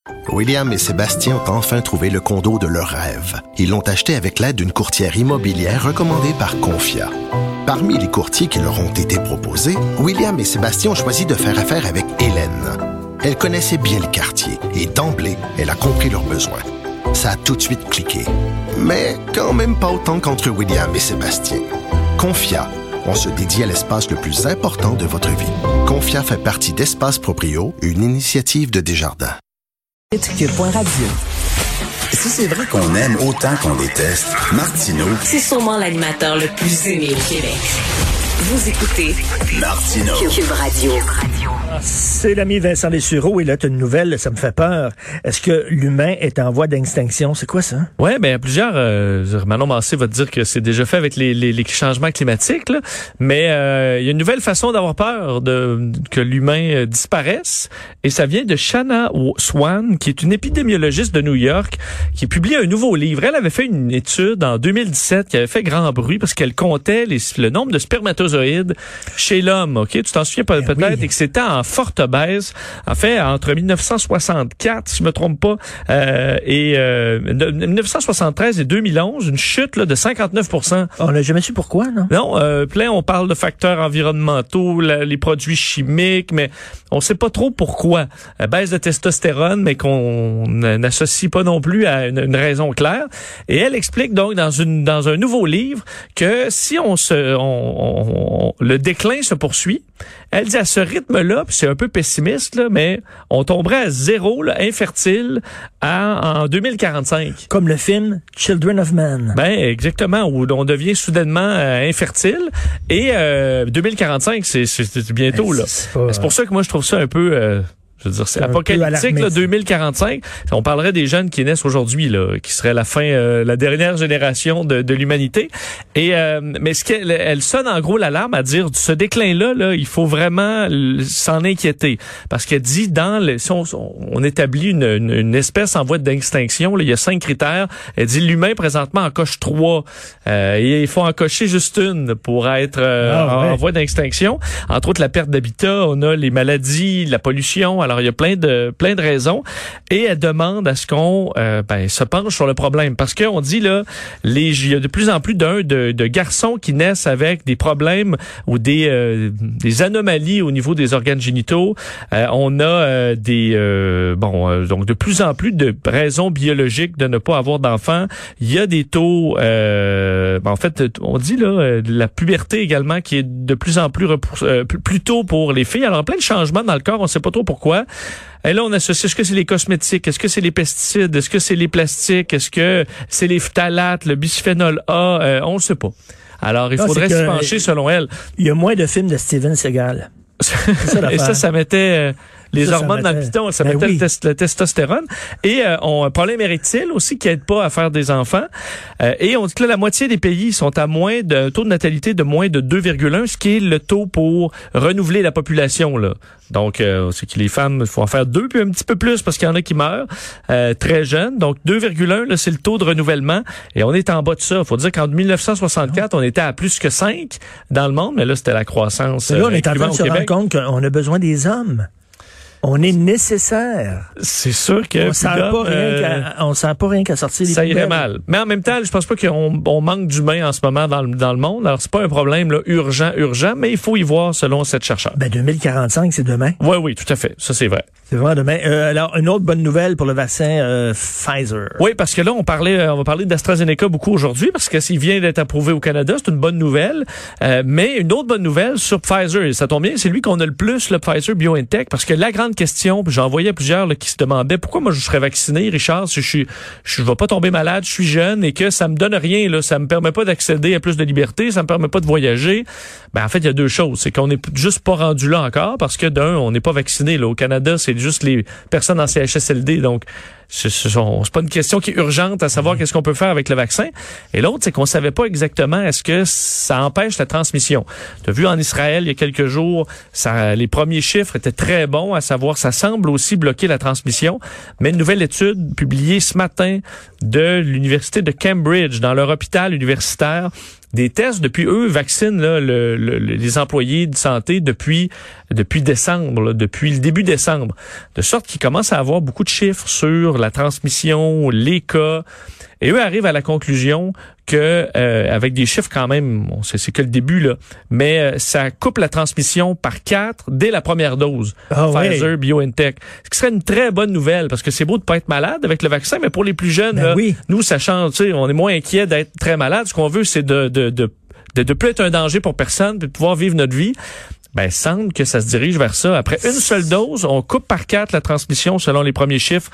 William et Sébastien ont enfin trouvé le condo de leur rêve. Ils l'ont acheté avec l'aide d'une courtière immobilière recommandée par Confia. Parmi les courtiers qui leur ont été proposés, William et Sébastien ont choisi de faire affaire avec Hélène. Elle connaissait bien le quartier et d'emblée, elle a compris leurs besoins. Ça a tout de suite cliqué. Mais quand même pas autant qu'entre William et Sébastien. Confia, on se dédie à l'espace le plus important de votre vie. Confia fait partie d'Espace Proprio, une initiative de Desjardins. Radio. Si c'est vrai qu'on aime autant qu'on déteste, Martineau, C'est sûrement l'animateur le plus aimé au Québec. Vous écoutez Martineau. Cube Radio. C'est l'ami Vincent Dessureau et là, t'as une nouvelle, ça me fait peur. Est-ce que l'humain est en voie d'extinction? C'est quoi ça? Ouais, ben plusieurs. Manon Massé va te dire que c'est déjà fait avec les changements climatiques, là. Mais il y a une nouvelle façon d'avoir peur que l'humain disparaisse, et ça vient de Shanna Swan, qui est une épidémiologiste de New York, qui publie un nouveau livre. Elle avait fait une étude en 2017 qui avait fait grand bruit parce qu'elle comptait le nombre de spermatozoïdes chez l'homme. Ok, tu t'en souviens peut-être, oui. Et que c'était en forte baisse. En fait, entre 1964, si je me trompe pas, et 1973 et 2011, une chute là, de 59%. On n'a jamais su pourquoi, non? Non, on parle de facteurs environnementaux, les produits chimiques, mais on sait pas trop pourquoi. Baisse de testostérone, mais qu'on n'associe pas non plus à une raison claire. Et elle explique donc dans un nouveau livre que si le déclin se poursuit, elle dit à ce rythme-là, puis c'est un peu pessimiste, là, mais on tomberait à zéro, là, infertile, en 2045. Comme le film Children of Men. Ben, exactement, où on devient soudainement infertile. Et 2045, c'est bientôt, là. C'est pour ça que moi, je trouve ça un peu... je veux dire, c'est apocalyptique, là, 2045. On parlerait des jeunes qui naissent aujourd'hui, là, qui serait la dernière génération de l'humanité. Et mais elle sonne en gros l'alarme à dire ce déclin-là, là, il faut vraiment s'en inquiéter, parce qu'elle dit si on établit une espèce en voie d'extinction, là, il y a 5 critères. Elle dit l'humain présentement en coche 3, et il faut en cocher juste une pour être en voie d'extinction. Entre autres, la perte d'habitat, on a les maladies, la pollution. Alors, il y a plein de raisons, et elle demande à ce qu'on se penche sur le problème, parce qu'on dit là, il y a de plus en plus de garçons qui naissent avec des problèmes ou des anomalies au niveau des organes génitaux. On a donc de plus en plus de raisons biologiques de ne pas avoir d'enfants. Il y a des taux, en fait, on dit là, la puberté également qui est de plus en plus plus tôt pour les filles. Alors, plein de changements dans le corps, on ne sait pas trop pourquoi. Et là, on associe, est-ce que c'est les cosmétiques? Est-ce que c'est les pesticides? Est-ce que c'est les plastiques? Est-ce que c'est les phtalates, le bisphénol A? On ne sait pas. Alors, il faudrait s'y pencher selon elle. Il y a moins de films de Steven Seagal. Et ça mettait... les hormones dans le piton, ça mettait le testostérone. Et un problème érectile aussi qui aide pas à faire des enfants. Et on dit que là, la moitié des pays sont à moins d'un taux de natalité de moins de 2,1, ce qui est le taux pour renouveler la population, là. Donc, c'est que les femmes, il faut en faire 2, puis un petit peu plus parce qu'il y en a qui meurent très jeunes. Donc, 2,1, là, c'est le taux de renouvellement. Et on est en bas de ça. Il faut dire qu'en 1964, on était à plus que 5 dans le monde, mais là, c'était la croissance. Là, on est en train de se rendre compte qu'on a besoin des hommes. On est nécessaire. C'est sûr que on sent pas rien qu'à sortir les poubelles. Ça irait mal. Mais en même temps, je pense pas qu'on manque d'humains en ce moment dans le monde. Alors c'est pas un problème là, urgent, mais il faut y voir selon cette chercheure. 2045, c'est demain. Oui, tout à fait. Ça c'est vrai. C'est vraiment demain. Alors une autre bonne nouvelle pour le vaccin Pfizer. Oui, parce que là on va parler d'AstraZeneca beaucoup aujourd'hui parce que s'il vient d'être approuvé au Canada, c'est une bonne nouvelle. Mais une autre bonne nouvelle sur Pfizer, et ça tombe bien, c'est lui qu'on a le plus, le Pfizer BioNTech, parce que la grande question, puis j'en voyais plusieurs là, qui se demandaient pourquoi moi je serais vacciné, Richard, si je vais pas tomber malade, je suis jeune et que ça me donne rien, là, ça me permet pas d'accéder à plus de liberté, ça me permet pas de voyager. En fait, il y a deux choses, c'est qu'on n'est juste pas rendu là encore parce que d'un, on n'est pas vacciné là au Canada, c'est juste les personnes en CHSLD, donc c'est pas une question qui est urgente à savoir qu'est-ce qu'on peut faire avec le vaccin. Et l'autre, c'est qu'on savait pas exactement est-ce que ça empêche la transmission. Tu as vu en Israël il y a quelques jours, les premiers chiffres étaient très bons, à savoir ça semble aussi bloquer la transmission. Mais une nouvelle étude publiée ce matin de l'université de Cambridge dans leur hôpital universitaire des tests. Depuis eux vaccinent là, les employés de santé depuis décembre, là, depuis le début décembre, de sorte qu'ils commencent à avoir beaucoup de chiffres sur la transmission, les cas. Et eux arrivent à la conclusion que avec des chiffres quand même, bon, c'est que le début là, mais ça coupe la transmission par 4 dès la première dose. Pfizer, BioNTech. Ce qui serait une très bonne nouvelle parce que c'est beau de pas être malade avec le vaccin, mais pour les plus jeunes, là, nous ça change. Tu sais, on est moins inquiet d'être très malade. Ce qu'on veut, c'est de plus être un danger pour personne, puis de pouvoir vivre notre vie. Ben, semble que ça se dirige vers ça. Après une seule dose, on coupe par 4 la transmission selon les premiers chiffres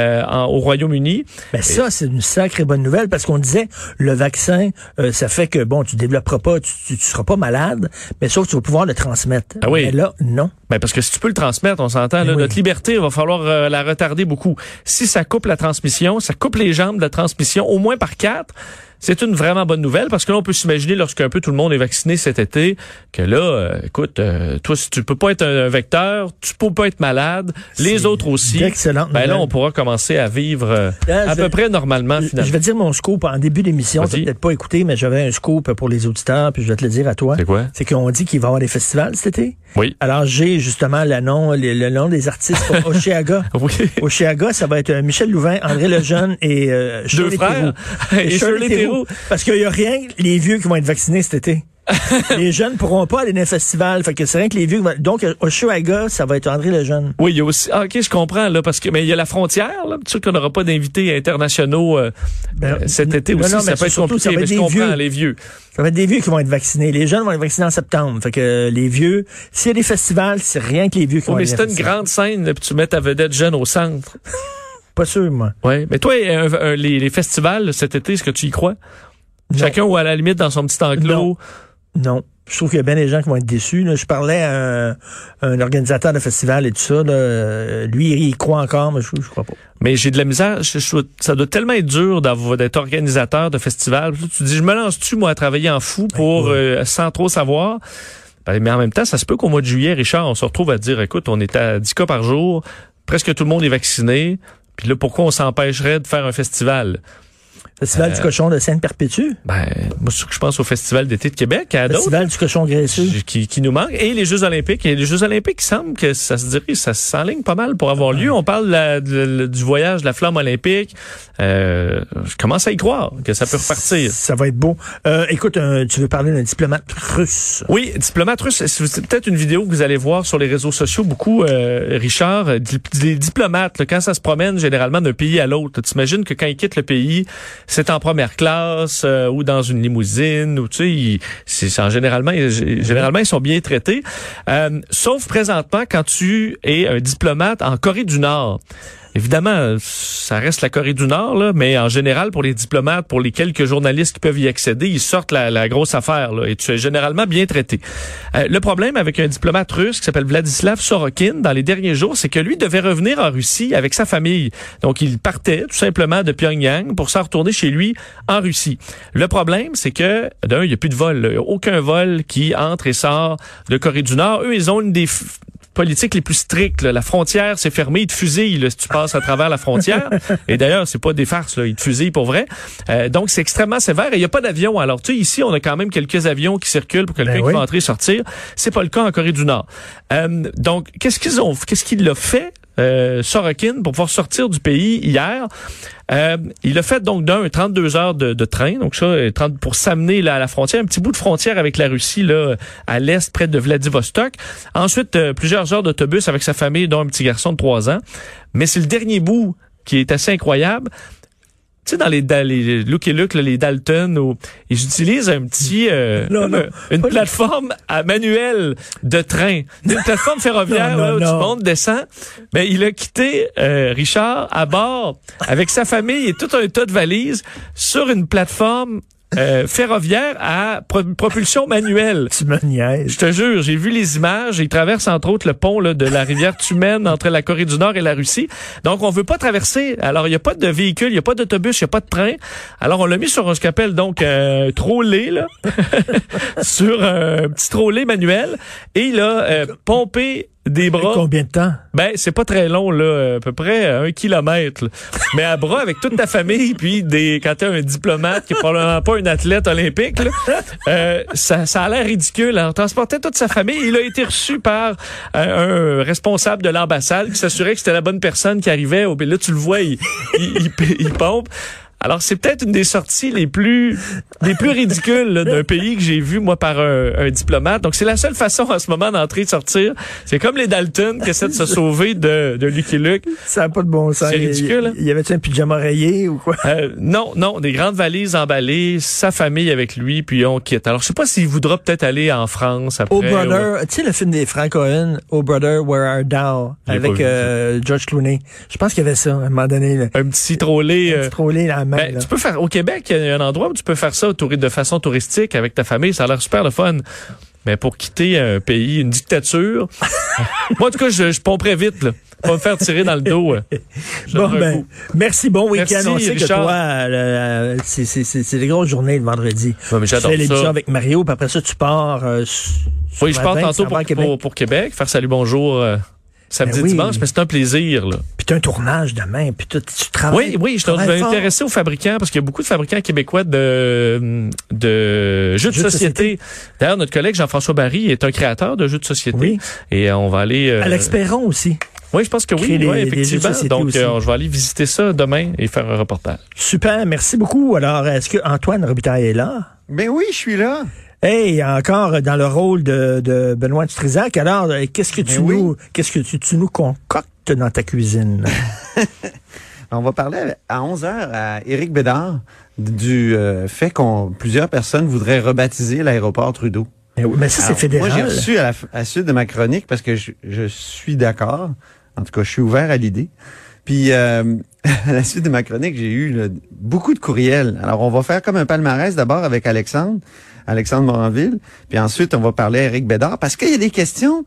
au Royaume-Uni. Ben ça, c'est une sacrée bonne nouvelle parce qu'on disait le vaccin, ça fait que bon, tu développeras pas, tu seras pas malade, mais sauf que tu vas pouvoir le transmettre. Ah oui. Mais là, non. Ben parce que si tu peux le transmettre, on s'entend, là, notre liberté, il va falloir la retarder beaucoup. Si ça coupe la transmission, ça coupe les jambes de la transmission au moins par 4. C'est une vraiment bonne nouvelle parce que là, on peut s'imaginer lorsqu'un peu tout le monde est vacciné cet été que là, écoute, toi, si tu peux pas être un vecteur, tu peux pas être malade, les autres aussi. Excellent. Ben là, on pourra commencer à vivre à peu près normalement, finalement. Je vais dire mon scoop en début d'émission. Tu n'as peut-être pas écouté, mais j'avais un scoop pour les auditeurs, puis je vais te le dire à toi. C'est quoi? C'est qu'on dit qu'il va y avoir des festivals cet été. Oui. Alors, j'ai justement le nom des artistes pour Oshéaga. Oui. Oshéaga, ça va être Michel Louvain, André Lejeune et Shirley Théroux. Et Shirley Théroux. Parce qu'il n'y a rien, les vieux qui vont être vaccinés cet été. Les jeunes pourront pas aller dans un festival. Fait que c'est rien que les vieux. Donc, Oshéaga, ça va être André Lejeune. Oui, il y a aussi. Ah, ok, je comprends, là, parce que, mais il y a la frontière, là. Tu sais qu'on n'aura pas d'invités internationaux, cet été aussi. Ça peut être compliqué, mais je comprends, les vieux. Ça va être des vieux qui vont être vaccinés. Les jeunes vont être vaccinés en septembre. Fait que les vieux, s'il y a des festivals, c'est rien que les vieux qui vont être vaccinés. Mais c'est une grande scène, là, puis tu mets ta vedette jeune au centre. Pas sûr, moi. Oui. Mais toi, les festivals, cet été, est-ce que tu y crois? Non. Chacun ou à la limite dans son petit enclos? Non. Je trouve qu'il y a bien des gens qui vont être déçus. Là. Je parlais à un organisateur de festival et tout ça. Là. Lui, il croit encore, mais je crois pas. Mais j'ai de la misère. Ça doit tellement être dur d'être organisateur de festival. Tu dis, je me lance-tu, moi, à travailler en fou pour sans trop savoir? Ben, mais en même temps, ça se peut qu'au mois de juillet, Richard, on se retrouve à dire, écoute, on est à 10 cas par jour. Presque tout le monde est vacciné. Puis là, pourquoi on s'empêcherait de faire un festival? Festival du cochon de Sainte-Perpétue? Ben, moi, je pense au Festival d'été de Québec, à d'autres. Festival du cochon graisseux. Qui nous manque. Et les Jeux olympiques. Et les Jeux olympiques, il semble que ça se dirige, ça s'enligne pas mal pour avoir lieu. On parle du voyage de la flamme olympique. Je commence à y croire que ça peut repartir. Ça va être beau. Écoute, tu veux parler d'un diplomate russe? Oui, diplomate russe. C'est peut-être une vidéo que vous allez voir sur les réseaux sociaux beaucoup, Richard. Les diplomates, là, quand ça se promène généralement d'un pays à l'autre, t'imagines que quand ils quittent le pays, c'est en première classe ou dans une limousine ou tu sais, généralement ils sont bien traités. Sauf présentement quand tu es un diplomate en Corée du Nord. Évidemment, ça reste la Corée du Nord, là, mais en général, pour les diplomates, pour les quelques journalistes qui peuvent y accéder, ils sortent la grosse affaire, là, et tu es généralement bien traité. Le problème avec un diplomate russe qui s'appelle Vladislav Sorokin, dans les derniers jours, c'est que lui devait revenir en Russie avec sa famille. Donc, il partait tout simplement de Pyongyang pour s'en retourner chez lui en Russie. Le problème, c'est que, d'un, il n'y a plus de vol, il y a aucun vol qui entre et sort de Corée du Nord. Eux, ils ont une des politiques les plus strictes. Là. La frontière, c'est fermé, ils te fusillent là, si tu passes à travers la frontière. Et d'ailleurs, c'est pas des farces, là, ils te fusillent pour vrai. Donc, c'est extrêmement sévère et il n'y a pas d'avion. Alors, tu sais, ici, on a quand même quelques avions qui circulent pour quelqu'un qui va entrer et sortir. C'est pas le cas en Corée du Nord. Donc, qu'est-ce qu'il a fait, Sorokin, pour pouvoir sortir du pays hier? Il a fait donc 32 heures de train, donc ça, pour s'amener là à la frontière, un petit bout de frontière avec la Russie là à l'est, près de Vladivostok. Ensuite, plusieurs heures d'autobus avec sa famille, dont un petit garçon de 3 ans. Mais c'est le dernier bout qui est assez incroyable. Tu sais, dans les Luke et Luke, là, les Dalton, où ils utilisent un petit, une plateforme à manuel de train. Une plateforme ferroviaire, où tu montes, descends. Mais il a quitté, Richard, à bord, avec sa famille et tout un tas de valises, sur une plateforme ferroviaire à propulsion manuelle. Tu me niaises. Je te jure, j'ai vu les images. Il traverse entre autres le pont là, de la rivière Tumen entre la Corée du Nord et la Russie. Donc, on veut pas traverser. Alors, il n'y a pas de véhicule, il n'y a pas d'autobus, il n'y a pas de train. Alors, on l'a mis sur ce qu'on appelle donc un trolley, là, sur un petit trolley manuel. Et il a pompé des bras. Combien de temps? Ben, c'est pas très long, là, à peu près 1 kilomètre. Là. Mais à bras avec toute ta famille, puis quand t'es un diplomate qui est probablement pas un athlète olympique, là, ça a l'air ridicule. Alors, on transportait toute sa famille. Il a été reçu par un responsable de l'ambassade qui s'assurait que c'était la bonne personne qui arrivait. Là, tu le vois, il pompe. Alors, c'est peut-être une des sorties les plus ridicules là, d'un pays que j'ai vu, moi, par un diplomate. Donc, c'est la seule façon en ce moment d'entrer et de sortir. C'est comme les Dalton qui essaient de se sauver de Lucky Luke. Ça n'a pas de bon sens. C'est ridicule. Y avait-tu un pyjama rayé ou quoi? Non, des grandes valises emballées, sa famille avec lui, puis on quitte. Alors, je sais pas s'il voudra peut-être aller en France après. Oh Brother, tu sais le film des Frank Cohen, Oh Brother, Where Art Thou, avec George Clooney. Je pense qu'il y avait ça, à un moment donné. Là. Un petit trolley. La main. Ben, tu peux faire au Québec, il y a un endroit où tu peux faire ça de façon touristique avec ta famille, ça a l'air super le fun. Mais pour quitter un pays, une dictature, moi en tout cas, je pomperais vite là. Pas me faire tirer dans le dos. Bon ben, merci, bon week-end. Merci, on sait Richard. Que toi, c'est des grosses journées le vendredi. Ouais, mais j'adore tu fais l'émission ça. avec Mario, puis après ça tu pars. Oui, je pars tantôt pour Québec, faire salut bonjour. Samedi, dimanche, mais c'est un plaisir, là. Puis t'as un tournage demain, puis tu travailles. Oui, je vais m'intéresser aux fabricants, parce qu'il y a beaucoup de fabricants québécois de jeux de société. D'ailleurs, notre collègue Jean-François Barry est un créateur de jeux de société. Oui. Et on va aller... Alex Perron aussi. Oui, je pense que oui, effectivement. Donc, je vais aller visiter ça demain et faire un reportage. Super, merci beaucoup. Alors, est-ce que Antoine Robitaille est là? Ben oui, je suis là. Hey, encore dans le rôle de Benoît Dutrisac. Alors, qu'est-ce que tu nous concoctes dans ta cuisine? On va parler à 11h à Éric Bédard du fait plusieurs personnes voudraient rebaptiser l'aéroport Trudeau. Mais ça, c'est fédéral. Moi, j'ai reçu à la suite de ma chronique parce que je suis d'accord. En tout cas, je suis ouvert à l'idée. Puis, à la suite de ma chronique, j'ai eu beaucoup de courriels. Alors, on va faire comme un palmarès d'abord avec Alexandre Moranville. Puis ensuite, on va parler à Éric Bédard parce qu'il y a des questions,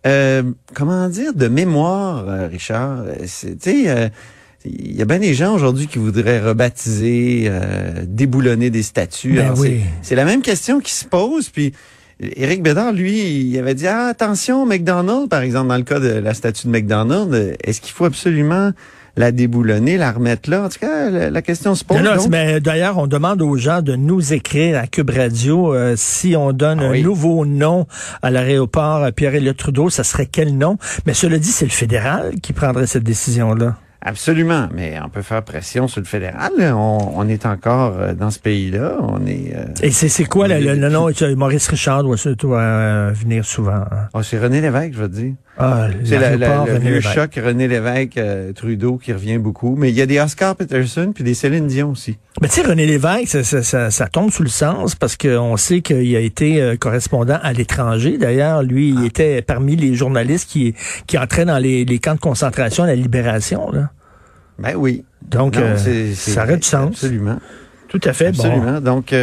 de mémoire, Richard. Tu sais, il y a bien des gens aujourd'hui qui voudraient rebaptiser, déboulonner des statues. Ben oui. C'est la même question qui se pose. Puis Éric Bédard, lui, il avait dit attention, McDonald's, par exemple, dans le cas de la statue de McDonald's, est-ce qu'il faut absolument la déboulonner, la remettre là? En tout cas, la question se pose. Mais d'ailleurs, on demande aux gens de nous écrire à Cube Radio si on donne un nouveau nom à l'aéroport Pierre-Éliott Trudeau, ça serait quel nom? Mais cela dit, c'est le fédéral qui prendrait cette décision-là. Absolument, mais on peut faire pression sur le fédéral. On est encore dans ce pays-là. On est. Et c'est quoi le nom? Maurice Richard doit venir souvent. Hein? C'est René Lévesque, je veux te dire. C'est le vieux choc René Lévesque, Trudeau qui revient beaucoup. Mais il y a des Oscar Peterson puis des Céline Dion aussi. Mais tu sais, René Lévesque, ça tombe sous le sens parce qu'on sait qu'il a été correspondant à l'étranger. D'ailleurs, lui, il était parmi les journalistes qui entraient dans les camps de concentration à la Libération, là. Ben oui. Donc, ça aurait du sens. Absolument. Tout à fait. Absolument. Bon. Donc,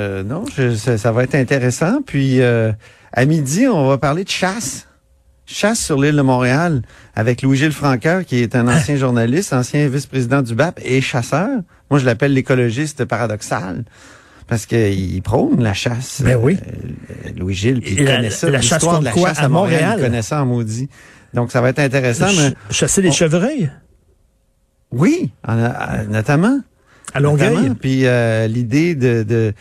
ça va être intéressant. Puis, à midi, on va parler de chasse. Chasse sur l'île de Montréal avec Louis-Gilles Franqueur, qui est un ancien journaliste, ancien vice-président du BAP et chasseur. Moi, je l'appelle l'écologiste paradoxal parce qu'il prône la chasse. Ben oui. Louis-Gilles, puis il connaît ça. La chasse contre quoi? À Montréal? Il connaît ça en maudit. Donc, ça va être intéressant. Chasser les chevreuils? Oui, notamment. À Longueuil? Puis l'idée de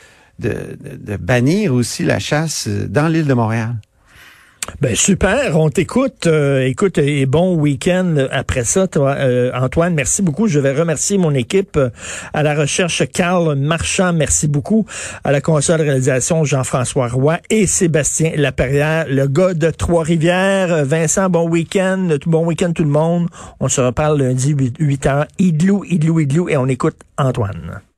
bannir aussi la chasse dans l'île de Montréal. Ben super, on t'écoute. Écoute, et bon week-end après ça, toi, Antoine. Merci beaucoup. Je vais remercier mon équipe à la recherche, Carl Marchand. Merci beaucoup à la console de réalisation, Jean-François Roy et Sébastien Laperrière, le gars de Trois-Rivières. Vincent, bon week-end tout le monde. On se reparle lundi 8h. Idlou, et on écoute Antoine.